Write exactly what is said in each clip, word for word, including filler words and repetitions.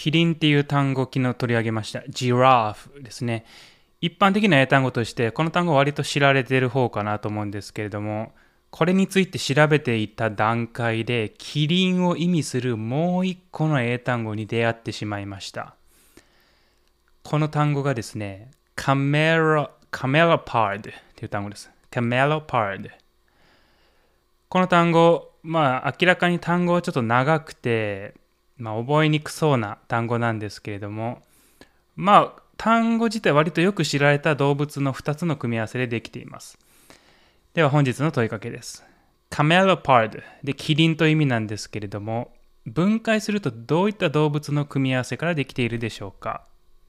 キリンっていう単語を昨日取り上げました。ジラフですね。一般的な英単語として、この単語は割と知られている方かなと思うんですけれども、これについて調べていた段階で、キリンを意味するもう一個の英単語に出会ってしまいました。この単語がですね、カメラ、カメラパードっていう単語です。カメラパード。この単語、まあ明らかに単語はちょっと長くて、まあ覚えにくそうな単語なんですけれども、まあ単語自体割とよく知られた動物のふたつの組み合わせでできています。では本日の問いかけです。カメラパードでキリンという意味なんですけれども、分解するとどういった動物の組み合わせからできているでしょうか？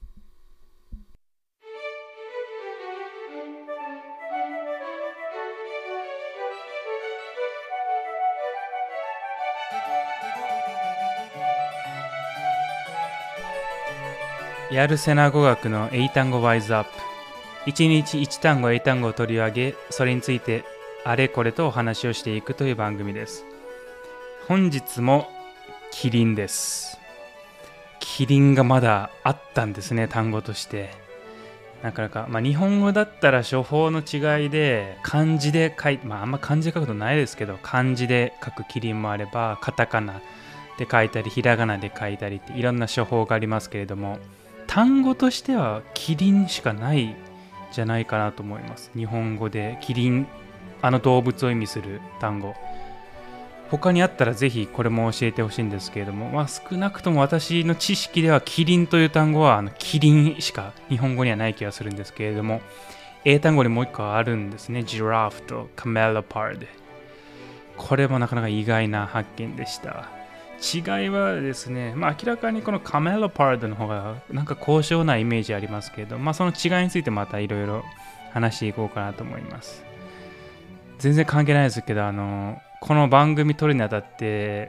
やるせな語学の英単語ワイズアップ。一日一単語英単語を取り上げ、それについてあれこれとお話をしていくという番組です。本日もキリンです。キリンがまだあったんですね、単語として。なかなか、まあ日本語だったら処方の違いで漢字で書いて、まああんま漢字で書くことないですけど、漢字で書くキリンもあれば、カタカナで書いたり、ひらがなで書いたりっていろんな処方がありますけれども、単語としてはキリンしかないじゃないかなと思います。日本語でキリン、あの動物を意味する単語。他にあったらぜひこれも教えてほしいんですけれども、まあ少なくとも私の知識ではキリンという単語はあのキリンしか日本語にはない気がするんですけれども、英単語にもう一個あるんですね。ジラフとカメラパード。これもなかなか意外な発見でした。違いはですね、まあ明らかにこのカメラパードの方がなんか高尚なイメージありますけれど、まあその違いについてまたいろいろ話していこうかなと思います。全然関係ないですけど、あの、この番組撮るにあたって、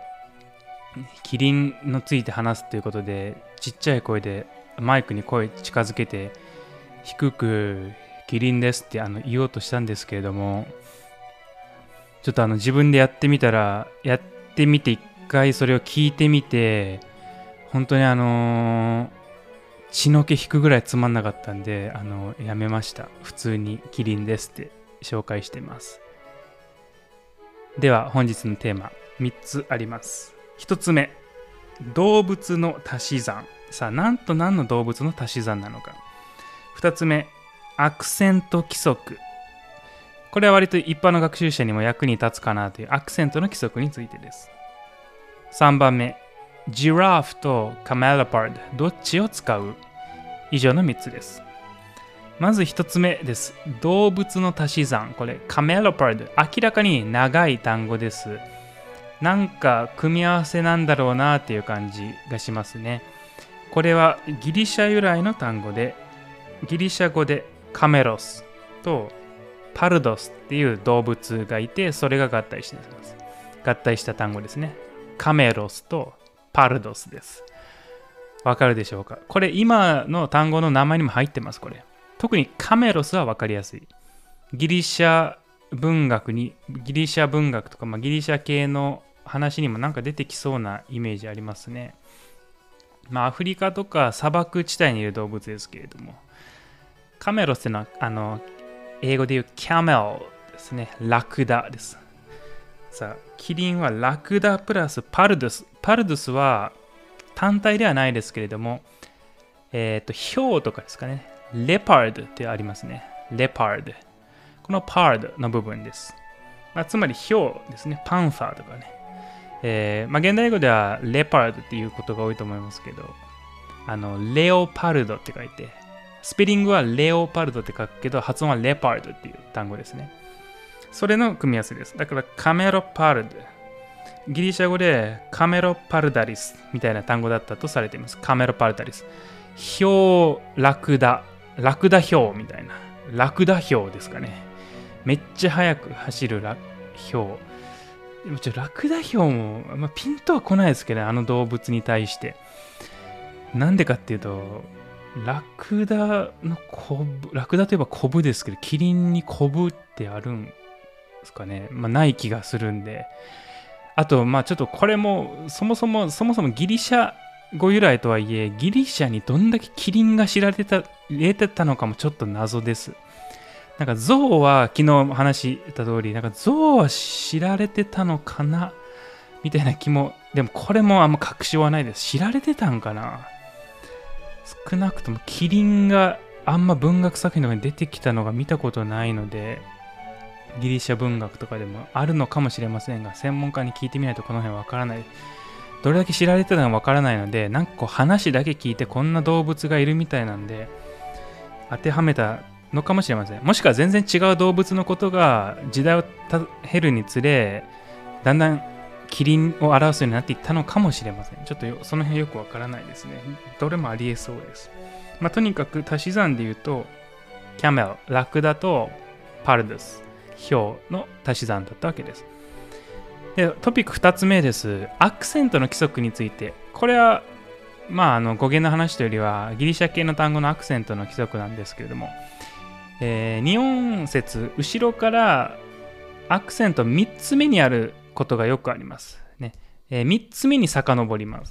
キリンのついて話すということで、ちっちゃい声でマイクに声近づけて、低くキリンですってあの言おうとしたんですけれども、ちょっとあの自分でやってみたら、やってみて一回それを聞いてみて、本当にあのー、血の気引くぐらいつまんなかったんで、あのやめました。普通にキリンですって紹介しています。では本日のテーマみっつあります。ひとつめ、動物の足し算。さあ何と何の動物の足し算なのか。ふたつめ、アクセント規則。これは割と一般の学習者にも役に立つかなというアクセントの規則についてです。さんばんめ、ジラフとカメラパード、どっちを使う？以上のみっつです。まずひとつめです。動物の足し算。これ、カメラパード。明らかに長い単語です。なんか組み合わせなんだろうなっていう感じがしますね。これはギリシャ由来の単語で、ギリシャ語でカメロスとパルドスっていう動物がいて、それが合体しています。合体した単語ですね。カメロスとパルドスです。わかるでしょうか？これ今の単語の名前にも入ってます、これ。特にカメロスはわかりやすい。ギリシャ文学に、ギリシャ文学とか、まあ、ギリシャ系の話にもなんか出てきそうなイメージありますね。まあアフリカとか砂漠地帯にいる動物ですけれども、カメロスってのはあの英語で言うキャメルですね。ラクダです。さあ、キリンはラクダプラスパルドス。パルドスは単体ではないですけれども、えっと、ヒョウとかですかね。レパードってありますね。レパード。このパードの部分です。まあ、つまりヒョウですね。パンファーとかね。えー、まあ、現代語ではレパードっていうことが多いと思いますけど、あの、レオパルドって書いて、スペリングはレオパルドって書くけど、発音はレパードっていう単語ですね。それの組み合わせです。だからカメロパルド。ギリシャ語でカメロパルダリスみたいな単語だったとされています。カメロパルダリス。ヒョウ、ラクダ。ラクダヒョウみたいな。ラクダヒョウですかね。めっちゃ速く走るラヒョウ。でもちょラクダヒョウも、まあ、ピンとは来ないですけど、ね、あの動物に対して。なんでかっていうと、ラクダのコブ、ラクダといえばコブですけど、キリンにコブってあるんですかね。まあ、ない気がするんで。あと、まあちょっとこれも、そもそも、そもそもギリシャ語由来とはいえ、ギリシャにどんだけキリンが知られた、入れてたのかもちょっと謎です。なんか象は昨日話した通り、なんか象は知られてたのかなみたいな気も、でもこれもあんま確証はないです。知られてたんかな。少なくともキリンがあんま文学作品とかに出てきたのが見たことないので、ギリシャ文学とかでもあるのかもしれませんが、専門家に聞いてみないとこの辺わからない。どれだけ知られてたのかわからないので、なんかこう話だけ聞いてこんな動物がいるみたいなんで、当てはめたのかもしれません。もしくは全然違う動物のことが時代を経るにつれ、だんだんキリンを表すようになっていったのかもしれません。ちょっとよその辺よくわからないですね。どれもありえそうです。まあ、とにかく足し算で言うと、キャメル、ラクダとパルドス、ヒョウの足し算だったわけです。で、トピックふたつめです。アクセントの規則について。これは、まあ、あの語源の話というよりは、ギリシャ系の単語のアクセントの規則なんですけれども、えー、に音節、後ろからアクセントみっつめにあることがよくあります。ねえー、みっつめに遡ります。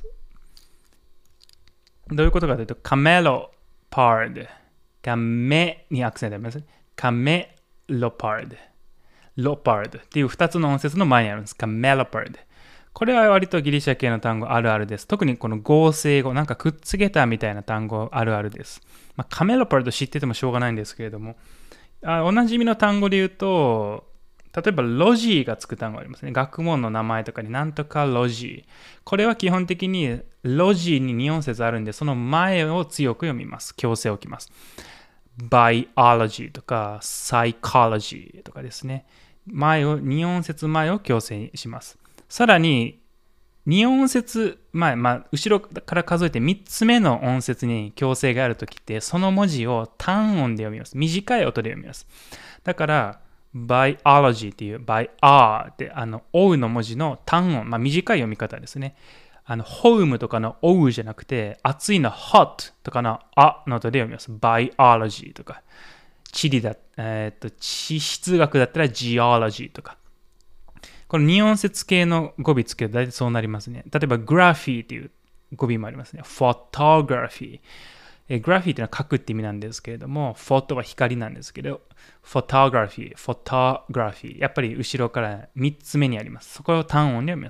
どういうことかというと、カメロパード。カメにアクセントあります。カメロパード。ロパードっていうふたつの音節の前にあるんです。カメロパード。これは割とギリシャ系の単語あるあるです。特にこの合成語、なんかくっつけたみたいな単語あるあるです。まあ、カメロパード知っててもしょうがないんですけれども、あおなじみの単語で言うと、例えばロジーがつく単語ありますね。学問の名前とかになんとかロジー。これは基本的にロジーにに音節あるんで、その前を強く読みます。強制を置きます。biology とか psychology とかですね。前を、に音節前を強制します。さらに、に音節前、まあ、後ろから数えてみっつめの音節に強制があるときって、その文字を単音で読みます。短い音で読みます。だから、biology っていう、by r って、あの、おうの文字の単音、まあ、短い読み方ですね。あの、home とかのおうじゃなくて、暑いの hot とかのあの音で読みます。biology とか。地理だ、えっと、地質学だったら geology とか。このに音節系の語尾つけると大体そうなりますね。例えば graphy っていう語尾もありますね。photography。え graphy っていうのは書くって意味なんですけれども、photo は光なんですけど、photography、photography。やっぱり後ろからみっつめにあります。そこを単音で読みます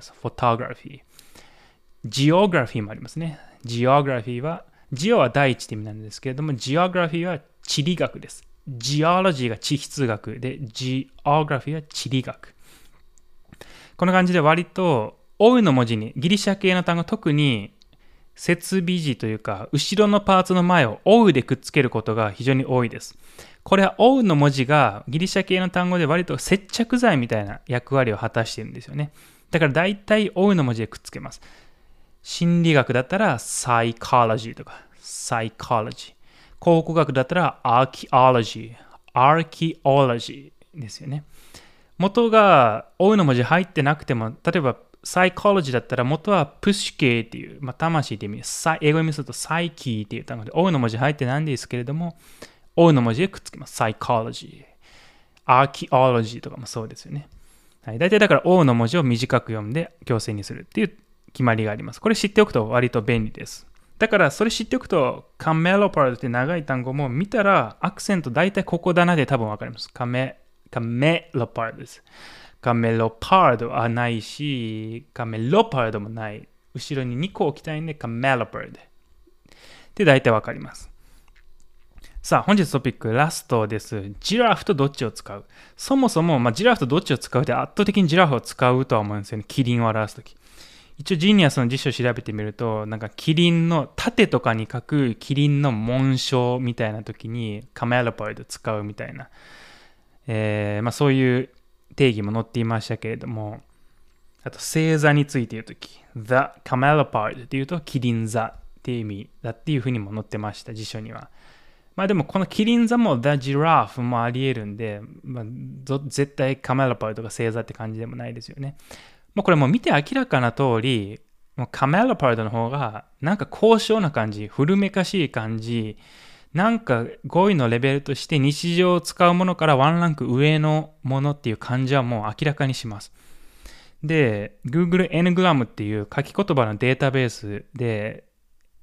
。photography。geography もありますね。geography は、geo は第一って意味なんですけれども、geography は地理学です。geology が地質学で、geography は地理学。こんな感じで割と、おうの文字に、ギリシャ系の単語、特に設備字というか、後ろのパーツの前をおうでくっつけることが非常に多いです。これはおうの文字がギリシャ系の単語で割と接着剤みたいな役割を果たしているんですよね。だから大体おうの文字でくっつけます。心理学だったら psychology とか psychology。考古学だったら archaeology、archaeology ですよね。元がおうの文字入ってなくても、例えばサイコロジーだったら元はプッシュ系っていう、まあ、魂って意味です。英語読みするとサイキーっていう単語で、おうの文字入ってないんですけれども、おうの文字でくっつけます。サイコロジー。アーキオロジーとかもそうですよね。はい、大体だからおうの文字を短く読んで強制にするっていう決まりがあります。これ知っておくと割と便利です。だからそれ知っておくと、カメロパードって長い単語も見たらアクセント大体ここだなで多分わかります。カメ、カメロパードです。カメロパードはないし、カメロパードもない。後ろににこ置きたいんで、カメロパード。で、大体わかります。さあ、本日トピック、ラストです。ジラフとどっちを使う？そもそも、まあ、ジラフとどっちを使うって圧倒的にジラフを使うとは思うんですよね。キリンを表すとき。一応、ジーニアスの辞書を調べてみると、なんか、キリンの、盾とかに書くキリンの紋章みたいなときに、カメロパード使うみたいな。えー、まあ、そういう定義も載っていましたけれども、あと星座について言うとき、The Camelopard っていうとキリン座っていう意味だっていうふうにも載ってました、辞書には。まあでもこのキリン座も The Giraffe もあり得るんで、まあ、絶対カメロパードが星座って感じでもないですよね。もうこれもう見て明らかな通り、もうカメロパードの方がなんか高尚な感じ、古めかしい感じ、なんか語彙のレベルとして日常を使うものからワンランク上のものっていう感じはもう明らかにします。で、Google Ngram っていう書き言葉のデータベースで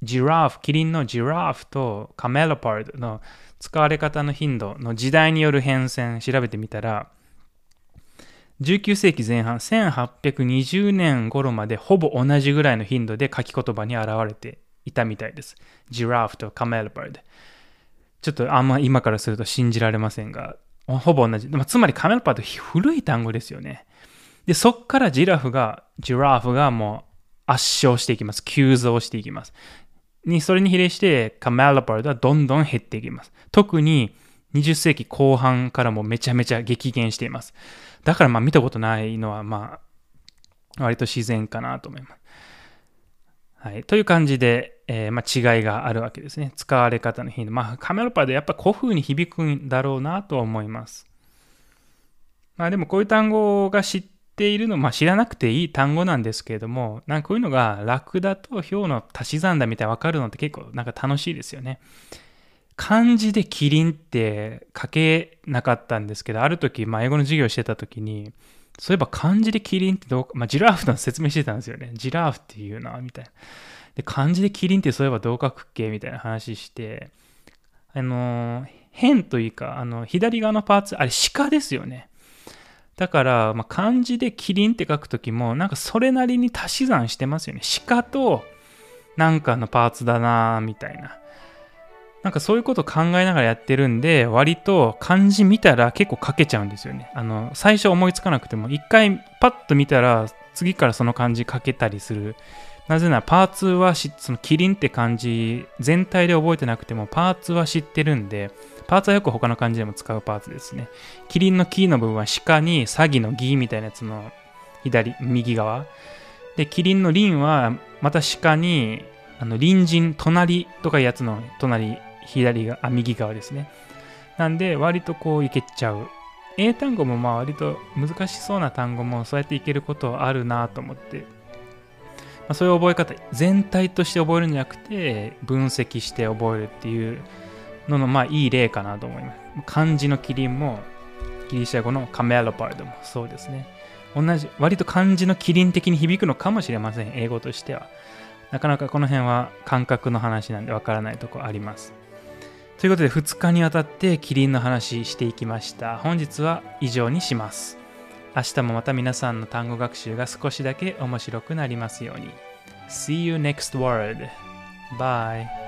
ジラフ、キリンのジラフとカメロパードの使われ方の頻度の時代による変遷調べてみたら、じゅうきゅう世紀前半、せんはっぴゃくにじゅうねん頃までほぼ同じぐらいの頻度で書き言葉に現れていたみたいです。ジラフとカメロパード。ちょっとあんま今からすると信じられませんが、ほぼ同じ。つまりカメロパード古い単語ですよね。で、そっからジラフが、ジラフがもう圧勝していきます。急増していきます。に、それに比例してカメロパードはどんどん減っていきます。特ににじゅっ世紀後半からもめちゃめちゃ激減しています。だからまあ見たことないのはまあ割と自然かなと思います。はい、という感じで、えー、まあ違いがあるわけですね。使われ方の頻度。まあカメロパードやっぱ古風に響くんだろうなと思います。まあでもこういう単語が知っているの、まあ知らなくていい単語なんですけれども、なんかこういうのがラクダとヒョウの足し算だみたいな分かるのって結構なんか楽しいですよね。漢字でキリンって書けなかったんですけど、ある時、まあ英語の授業してた時に、そういえば漢字でキリンってどうか、まあジラーフの説明してたんですよね。ジラーフっていうな、みたいな。で、漢字でキリンってそういえばどう書くっけみたいな話して、あの、変というか、あの、左側のパーツ、あれ鹿ですよね。だから、まあ、漢字でキリンって書くときも、なんかそれなりに足し算してますよね。鹿となんかのパーツだなみたいな。なんかそういうことを考えながらやってるんで、割と漢字見たら結構書けちゃうんですよね。あの、最初思いつかなくても、一回パッと見たら、次からその漢字書けたりする。なぜならパーツはし、そのキリンって漢字全体で覚えてなくても、パーツは知ってるんで、パーツはよく他の漢字でも使うパーツですね。キリンのキーの部分は鹿に詐欺のギみたいなやつの左、右側。で、キリンのリンはまた鹿に、あの隣人、隣とかいうやつの隣、左が、あ、右側ですね。なんで、割とこういけちゃう。英単語もまあ割と難しそうな単語もそうやっていけることあるなと思って、まあ、そういう覚え方、全体として覚えるんじゃなくて、分析して覚えるっていうのの、まあいい例かなと思います。漢字のキリンも、ギリシャ語のカメロパードもそうですね。同じ、割と漢字のキリン的に響くのかもしれません、英語としては。なかなかこの辺は感覚の話なんでわからないところあります。ということでふつかにわたってキリンの話していきました。本日は以上にします。明日もまた皆さんの単語学習が少しだけ面白くなりますように。See you next word. Bye.